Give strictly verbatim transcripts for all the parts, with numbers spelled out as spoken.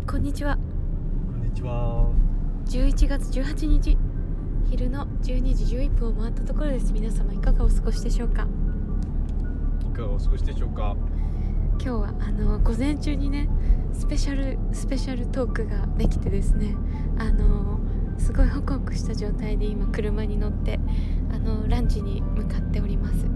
こんにちは。 こんにちは。 じゅういちがつじゅうはちにち昼のじゅうにじじゅういっぷんを回ったところです。皆様いかがお過ごしでしょうか。 いかがお過ごしでしょうか。 今日はあの午前中にねスペシャルスペシャルトークができてですね、あのすごいホクホクした状態で今車に乗ってあのランチに向かっております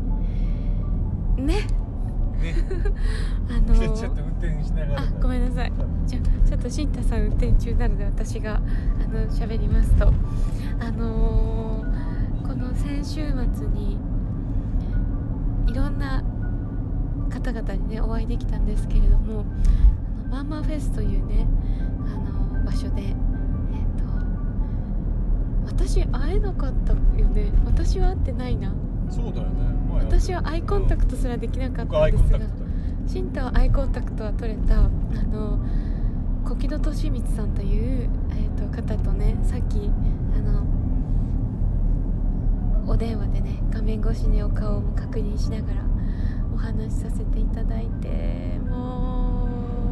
ね。 ね、 あのちょっと運転しながら。 あ、ごめんなさい。じゃあちょっと新太さん運転中なので私があの喋りますと、あのー、この先週末にいろんな方々にねお会いできたんですけれども、あのマンマーフェスというねあの場所で、えっと私会えなかったよね。私は会ってないな。 そうだよね。 私はアイコンタクトすらできなかったんですが、新太はアイコンタクトは取れた。あの小木戸俊光さんという、えー、と方とねさっきあのお電話でね画面越しにお顔も確認しながらお話しさせていただいて、も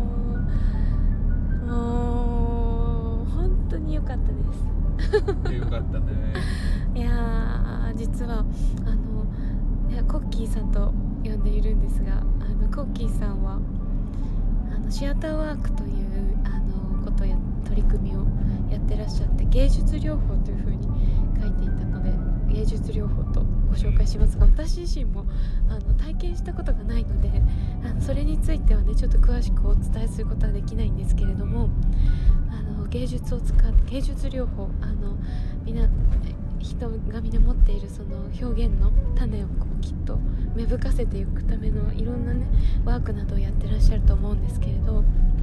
うもう本当に良かったですよかったね。 いや実はあのいやコッキーさんと呼んでいるんですが、あのコッキーさんはあのシアターワークというあのことや取り組みをやってらっしゃって、芸術療法というふうに書いていたので芸術療法とご紹介しますが、私自身もあの体験したことがないのであのそれについてはねちょっと詳しくお伝えすることはできないんですけれども、あの芸術を使って芸術療法、あのみんな人がみんな持っているその表現の種をこうきっと芽吹かせていくためのいろんなねワークなどをやってらっしゃると思うんですけれど、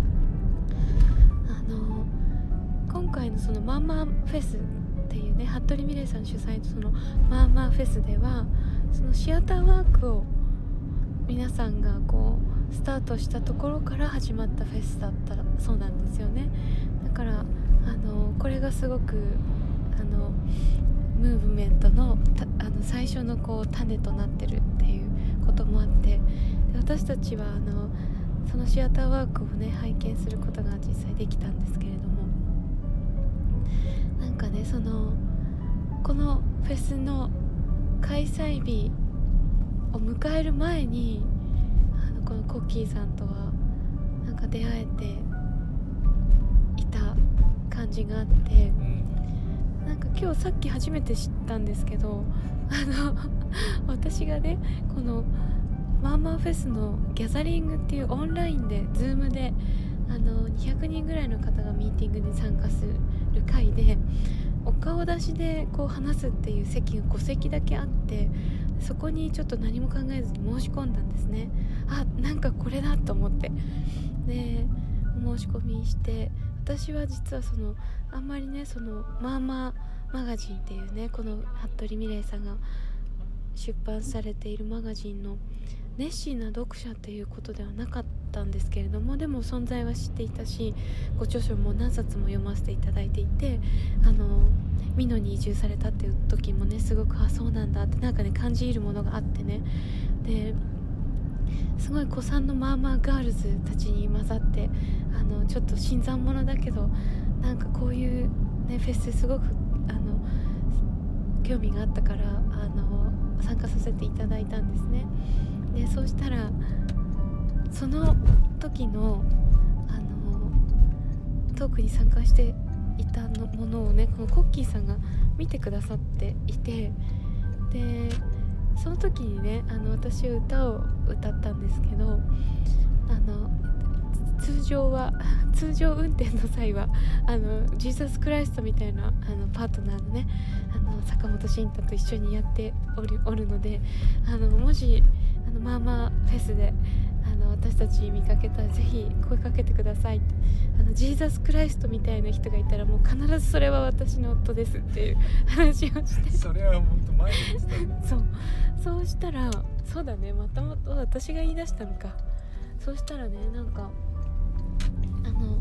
あの今回のそのマンマーフェスっていうね服部美玲さん主催のそのマンマーフェスでは、そのシアターワークを皆さんがこうスタートしたところから始まったフェスだったそうなんですよね。だからあのこれがすごくあのムーブメント の, あの最初のこう種となってるっていうこともあって、で私たちはあのそのシアターワークをね拝見することが実際できたんですけれども、なんかねそのこのフェスの開催日を迎える前にあのこのコッキーさんとはなんか出会えていた感じがあって、なんか今日さっき初めて知ったんですけど、あの私がねこのマンマーフェスのギャザリングっていうオンラインで Zoom であのにひゃくにんぐらいの方がミーティングに参加する会でお顔出しでこう話すっていう席がごせきだけあって、そこにちょっと何も考えずに申し込んだんですね。あ、なんかこれだと思って、で申し込みして、私は実はそのあんまりねそのマーマーマガジンっていうねこの服部美玲さんが出版されているマガジンの熱心な読者っていうことではなかったんですけれども、でも存在は知っていたし、ご著書も何冊も読ませていただいていて、あの美濃に移住されたっていう時もねすごくあそうなんだってなんかね感じるものがあってね、ですごい古参のマーマーガールズたちに混ざって、あのちょっと新参者だけどなんかこういう、ね、フェスすごくあの興味があったからあの参加させていただいたんですね。でそうしたらその時のあのトークに参加していたのものをねこのコッキーさんが見てくださっていて、でその時にねあの私は歌を歌ったんですけど、あの通常は通常運転の際はあのジーザスクライストみたいなあのパートナーのねあの坂本慎太と一緒にやっておる、おるので、あのもしあのマーマーフェスであの私たち見かけたらぜひ声かけてください。あのジーザスクライストみたいな人がいたらもう必ずそれは私の夫ですっていう話をしてそれは本当前に言ってたね。 そうそうしたらそうだねまたまた私が言い出したのか。そうしたらねなんかあの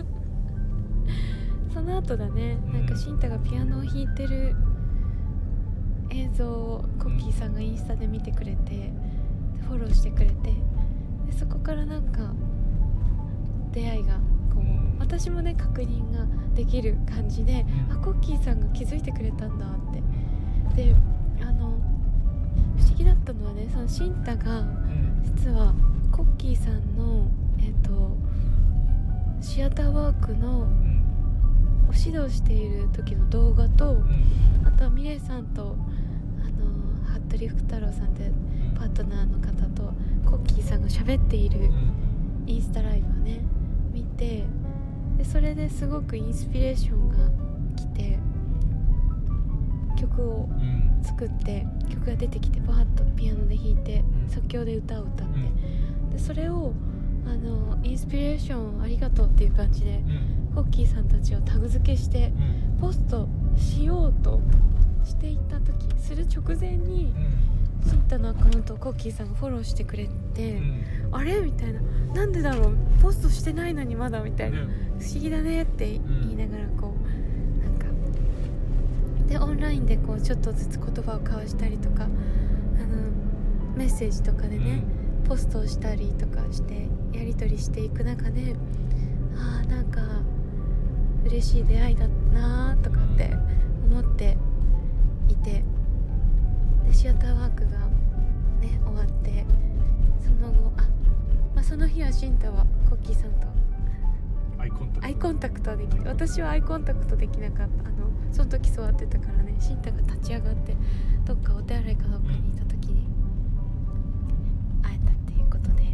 その後だねなんかシンタがピアノを弾いてる映像をコッキーさんがインスタで見てくれてフォローしてくれて、でそこからなんか出会いがこう私もね確認ができる感じで、 うん、 あコッキーさんが気づいてくれたんだってであの不思議だったのはねそのシンタが実はコッキーさんのえっとシアターワークのお指導している時の動画と、あとはミレイさんとあの服部福太郎さんってパートナーの方とコッキーさんが喋っているインスタライブをね見て、でそれですごくインスピレーションが来て曲を作って曲が出てきてバーッとピアノで弾いて即興で歌を歌って、でそれをあのインスピレーションありがとうっていう感じでコッキーさんたちをタグ付けしてポストしようとしていた時する直前にシンタのアカウントをコッキーさんがフォローしてくれて、うん、あれみたいな、なんでだろうポストしてないのにまだみたいな、うん、不思議だねって言いながらこうなんかでオンラインでこうちょっとずつ言葉を交わしたりとかあのメッセージとかでね、うん、ポストをしたりとかしてやり取りしていく中で、あーなんか嬉しい出会いだなとかって思っていて、でシアターワークがね終わってその後あ、まあ、その日はシンタはコッキーさんとアイコンタクトアイコンタクトできて、私はアイコンタクトできなかった。あのその時座ってたからね、シンタが立ち上がってどっかお手洗いかどっかにいた時に会えたっていうことで、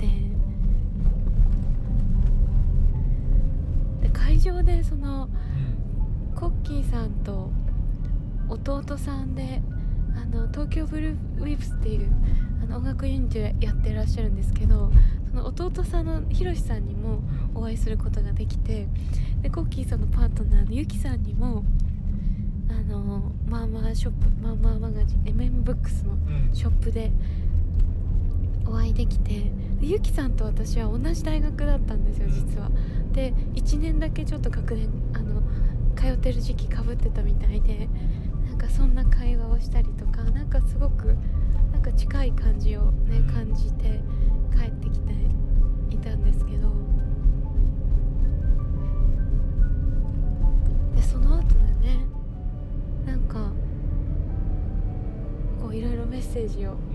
でで会場でその、うん、コッキーさんと弟さんであの東京ブルーウィープスっていうあの音楽ユニットやってらっしゃるんですけど、その弟さんのひろしさんにもお会いすることができて、でコッキーさんのパートナーのゆきさんにもあのマーマーショップマーマーマガジン エムエム ブックスのショップでお会いできて、でゆきさんと私は同じ大学だったんですよ実は。でいちねんだけちょっと学年あの通ってる時期かぶってたみたいで、なんかそんな会話をしたりとか、なんかすごくなんか近い感じをね感じて帰ってきていたんですけど、でその後でねなんかこういろいろメッセージを、うん、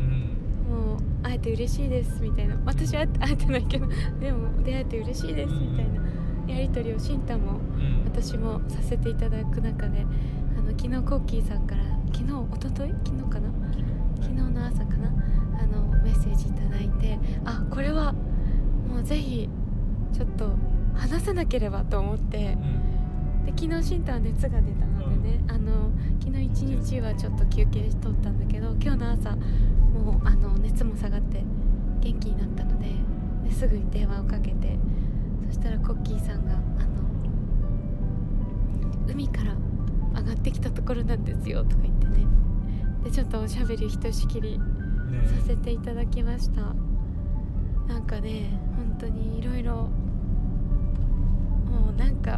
もう会えて嬉しいですみたいな、私は会えてないけどでも出会えて嬉しいですみたいなやり取りをシンタも私もさせていただく中で、あの昨日コッキーさんから昨日一昨日昨日かな昨日の朝かなあのメッセージいただいて、あこれはもうぜひちょっと話さなければと思って、うん、で昨日シンタは熱が出たのでね、うん、あの昨日一日はちょっと休憩しとったんだけど、今日の朝もうあの熱も下がって元気になったの で, ですぐに電話をかけて、そしたらコッキーさんがあの海から上がってきたところなんですよとか言ってね、でちょっとおしゃべりひとしきりさせていただきました、ね、なんかね本当にいろいろもうなんか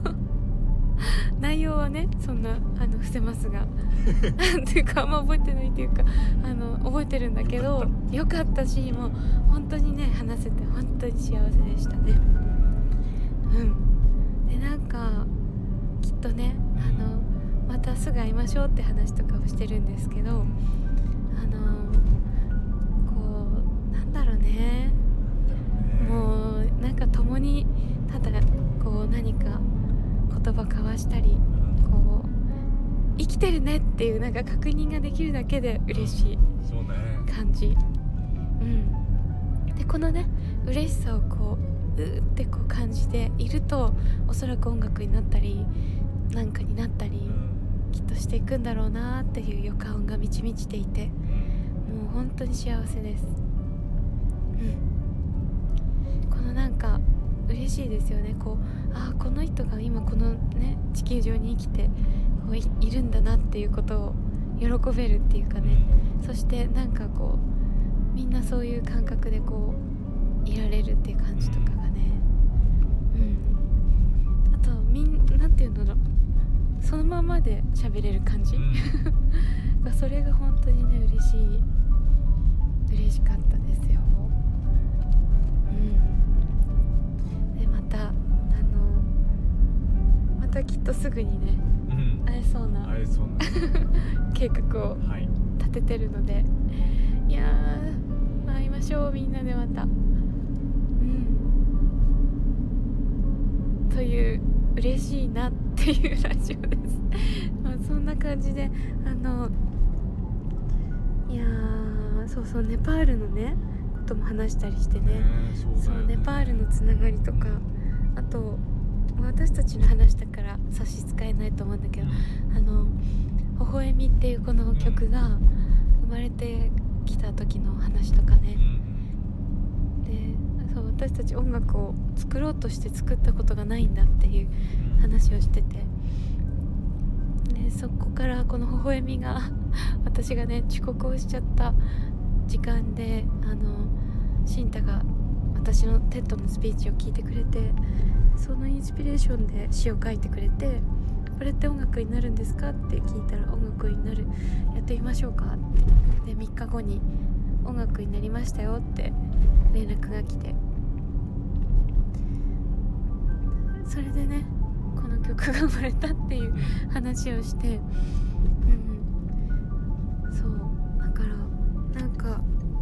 内容はねそんなあの伏せますがっていうかあんま覚えてないっていうかあの覚えてるんだけどよかったし、もう本当にね話せて本当に幸せでしたね。うんでなんかきっとねあのまたすぐ会いましょうって話とかをしてるんですけど、あのこうなんだろうね、もうなんか共にただこう何か言葉交わしたりこう生きてるねっていうなんか確認ができるだけで嬉しい感じ、うん、でこのね嬉しさをこううーってこう感じているとおそらく音楽になったりなんかになったりきっとしていくんだろうなっていう予感が満ち満ちていて、もう本当に幸せです、うん、このなんか嬉しいですよね。こうあこの人が今このね地球上に生きてこう い, いるんだなっていうことを喜べるっていうかね、そしてなんかこうみんなそういう感覚でこういられるっていう感じとかがね、うん、あとみんなんていうんだろう、そのままで喋れる感じ、うん、それが本当にね嬉しい嬉しかったですよ。うんでまたあのきっとすぐにね、 うん、 会えそうな会えそうな計画を立ててるので、はい、いやー会いましょうみんなでまた。うんという嬉しいなっていうラジオですまあそんな感じであのいやーそうそうネパールのねことも話したりしてね、 ねそうだよね、 そうネパールのつながりとか、あと私たちの話だから差し支えないと思うんだけど、うん、あの「微笑み」っていうこの曲が生まれてきた時の話とかね、うん、でそう私たち音楽を作ろうとして作ったことがないんだっていう話をしてて、でそこからこの「微笑み」が私がね遅刻をしちゃった時間であのシンタが私のテッドのスピーチを聞いてくれて、そのインスピレーションで詩を書いてくれて、これって音楽になるんですかって聞いたら、音楽になる、やってみましょうかって。でみっかごに音楽になりましたよって連絡が来て、それでねこの曲が生まれたっていう話をして、うん、そうだからなんか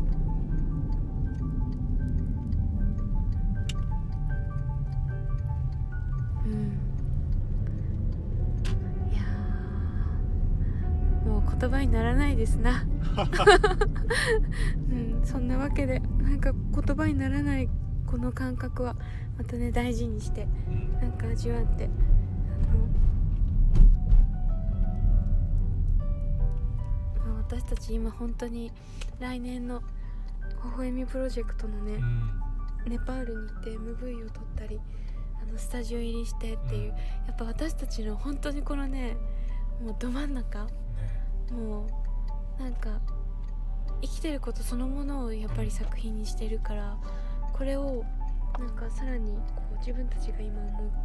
うんいやもう言葉にならないですな、うん、そんなわけでなんか言葉にならないこの感覚はまたね大事にしてなんか味わって、あの、まあ、私たち今本当に来年の微笑みプロジェクトのね、うん、ネパールに行って エムブイ を撮ったりあのスタジオ入りしてっていう、やっぱ私たちの本当にこのねもうど真ん中、ね、もうなんか生きてることそのものをやっぱり作品にしてるから、これをなんかさらにこう自分たちが今思う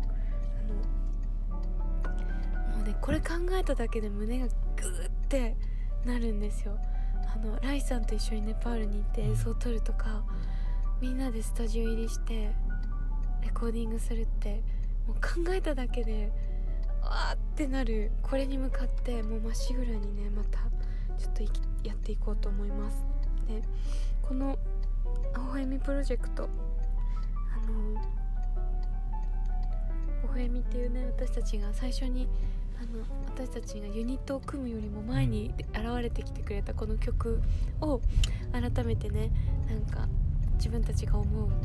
あのもうねこれ考えただけで胸がグーってなるんですよ。あのライさんと一緒にネパールに行って演奏を撮るとか、みんなでスタジオ入りしてレコーディングするってもう考えただけであーってなる。これに向かってもうまっしぐらにねまたちょっとやっていこうと思います。でこの微笑みプロジェクト、あの微笑みっていうね私たちが最初にあの私たちがユニットを組むよりも前に現れてきてくれたこの曲を改めてねなんか自分たちが思うあの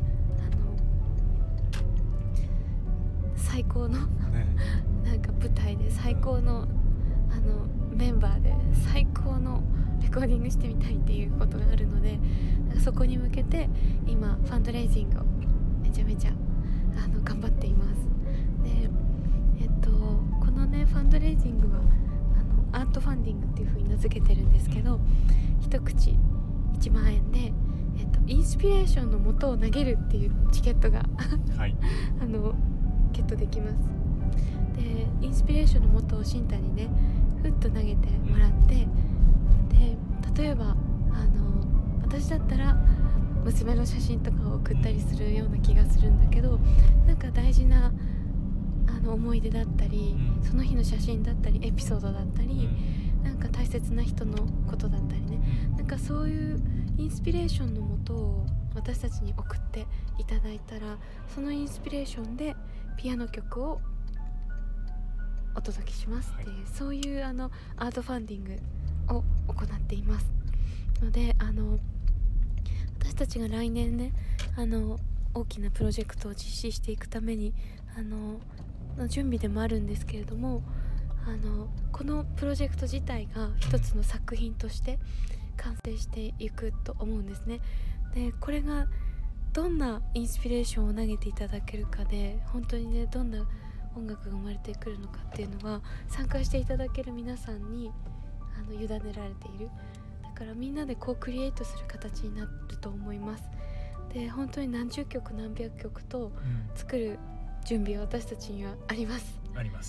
最高の、ね、なんか舞台で最高の、あのメンバーで最高のレコーディングしてみたいっていうことがあるので、なんかそこに向けて今ファンドレイジングをめちゃめちゃあの頑張っています。でえっとこのねファンドレイジングはあのアートファンディングっていう風に名付けてるんですけど、一口いちまんえんで、えっと、インスピレーションの素を投げるっていうチケットが、はい、あのゲットできます。でインスピレーションの素をシンタにねふっと投げてもらって、で例えばあの私だったら娘の写真とかを送ったりするような気がするんだけど、なんか大事なあの思い出だったりその日の写真だったりエピソードだったりなんか大切な人のことだったりね、なんかそういうインスピレーションの素を私たちに送っていただいたら、そのインスピレーションでピアノ曲をお届けしますっていう、はい、そういうあのアートファンディングを行っていますので、あの私たちが来年ねあの大きなプロジェクトを実施していくためにあのの準備でもあるんですけれども、あのこのプロジェクト自体が一つの作品として完成していくと思うんですね。でこれがどんなインスピレーションを投げていただけるかで本当にねどんな音楽が生まれてくるのかっていうのは参加していただける皆さんにあの委ねられている。だからみんなでこうクリエイトする形になると思います。で本当に何十曲何百曲と作る準備は私たちにはあります、 うん、あります。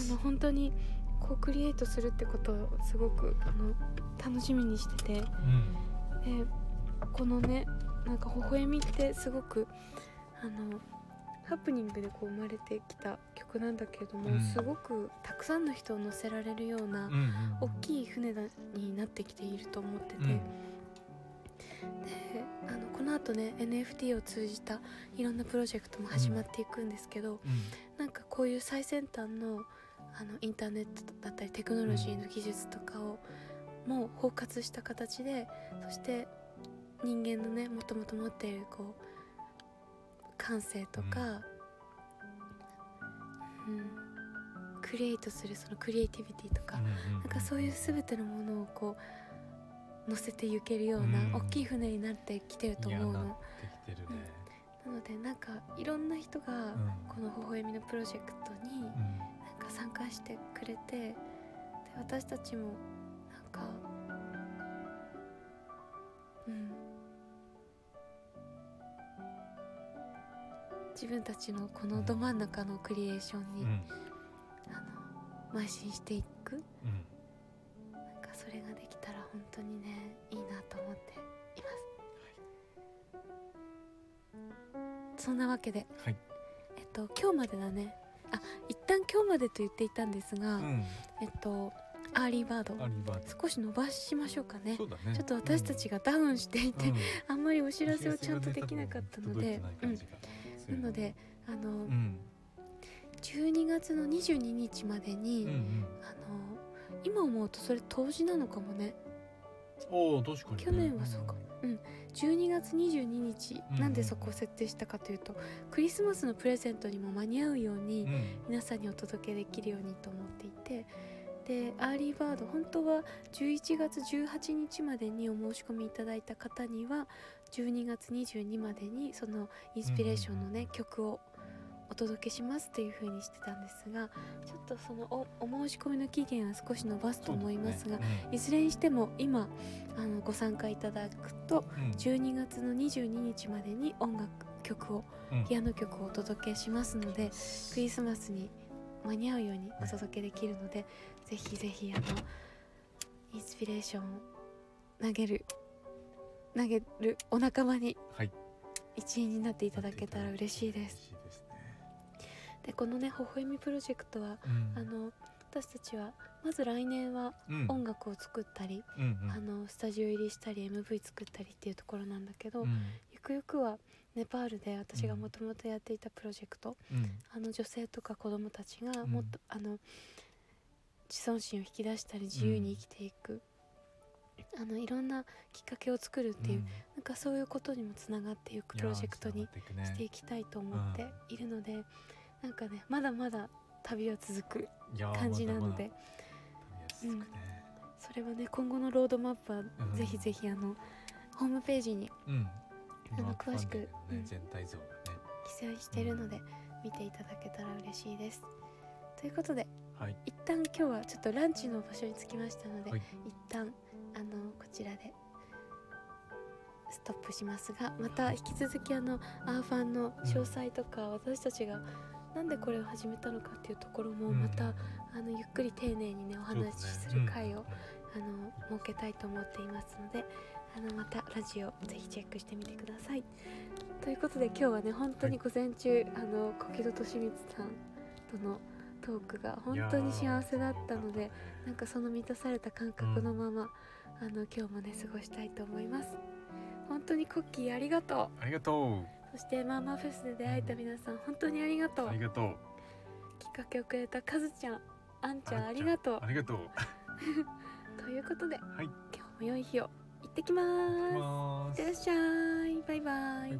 でも本当にこうクリエイトするってことをすごくあの楽しみにしてて、うん、でこのねなんか微笑みってすごくあのハプニングでこう生まれてきた曲なんだけれども、 うんすごくたくさんの人を乗せられるようなうんうん大きい船だになってきていると思ってて、 うんであのこの後ね エヌエフティー を通じたいろんなプロジェクトも始まっていくんですけど、 うんなんかこういう最先端の、あのインターネットだったりテクノロジーの技術とかをもう包括した形で、そして人間のねもともと持っているこう感性とか、うん、クリエイトするそのクリエイティビティとか、 うんうんなんかそういう全てのものをこう乗せていけるようなうん大きい船になってきてると思うの、 いやなってきてるね、 なのでなんかいろんな人がうんこの微笑みのプロジェクトにうんなんか参加してくれて、で私たちもなんかうん自分たちのこのど真ん中のクリエーションに、 うんあの邁進していく、 うんなんかそれができたら本当にねいいなと思っています、そんなわけではいえっと今日までだね、あ一旦今日までと言っていたんですが、 うんえっとアーリーバードアリバー少し伸ばしましょうかね。 そうだねちょっと私たちがダウンしていて、 うんあんまりお知らせをちゃんとできなかったので、うん、なのであの、 うんじゅうにがつのにじゅうににちまでに、 うんうんあの今思うとそれ冬至なのかもね。 おお確かにね去年はそうか、うんじゅうにがつにじゅうににち、 うんなんでそこを設定したかというとクリスマスのプレゼントにも間に合うように、 うん皆さんにお届けできるようにと思っていて、でアーリーバード本当はじゅういちがつじゅうはちにちまでにお申し込みいただいた方にはじゅうにがつにじゅうにまでにそのインスピレーションのね、 うんうんうん曲をお届けしますっていう風にしてたんですが、ちょっとその お, お申し込みの期限は少し延ばすと思いますが、 そうだねいずれにしても今あのご参加いただくとうんじゅうにがつのにじゅうににちまでに音楽曲をうんピアノ曲をお届けしますので、クリスマスに間に合うようにお届けできるので、ぜひぜひあのインスピレーションを投げる投げるお仲間にはい一員になっていただけたら嬉しいです。 嬉しいですねでこのね微笑みプロジェクトは、 うんあの私たちはまず来年はうん音楽を作ったり、 うんうんあのスタジオ入りしたり エムブイ 作ったりっていうところなんだけど、 うんゆくゆくはネパールで私がもともとやっていたプロジェクト、 うんあの女性とか子どもたちがうんもっと、あの自尊心を引き出したり自由に生きていく、あのいろんなきっかけを作るっていう、 うんなんかそういうことにもつながっていくプロジェクトにしていきたいと思っているので、なんかねまだまだ旅は続く感じなので、 うんねそれはね今後のロードマップはうんぜひぜひあのホームページにうんあの詳しくマークファンディングのねうん全体像がね記載しているので見ていただけたら嬉しいです。ということではい一旦今日はちょっとランチの場所に着きましたので、 はい一旦あのこちらでストップしますが、また引き続きあのアーファンの詳細とか、私たちがなんでこれを始めたのかっていうところもまた、あのゆっくり丁寧にねお話しする回を、あの設けたいと思っていますので、あのまたラジオぜひチェックしてみてください。ということで今日はね本当に午前中、あの小木戸利光さんとのトークが本当に幸せだったので、なんかその満たされた感覚のまま、あの今日もね過ごしたいと思います。本当にコッキーありがとありがとう。そしてマーマーフェスで出会えた皆さん本当にありがとう。 うありがとうきっかけをくれたカズちゃん、あんちゃんありがとうありがとうということではい今日も良い日を。行ってきまーす。 行きますいってらっしゃい。バイバイ。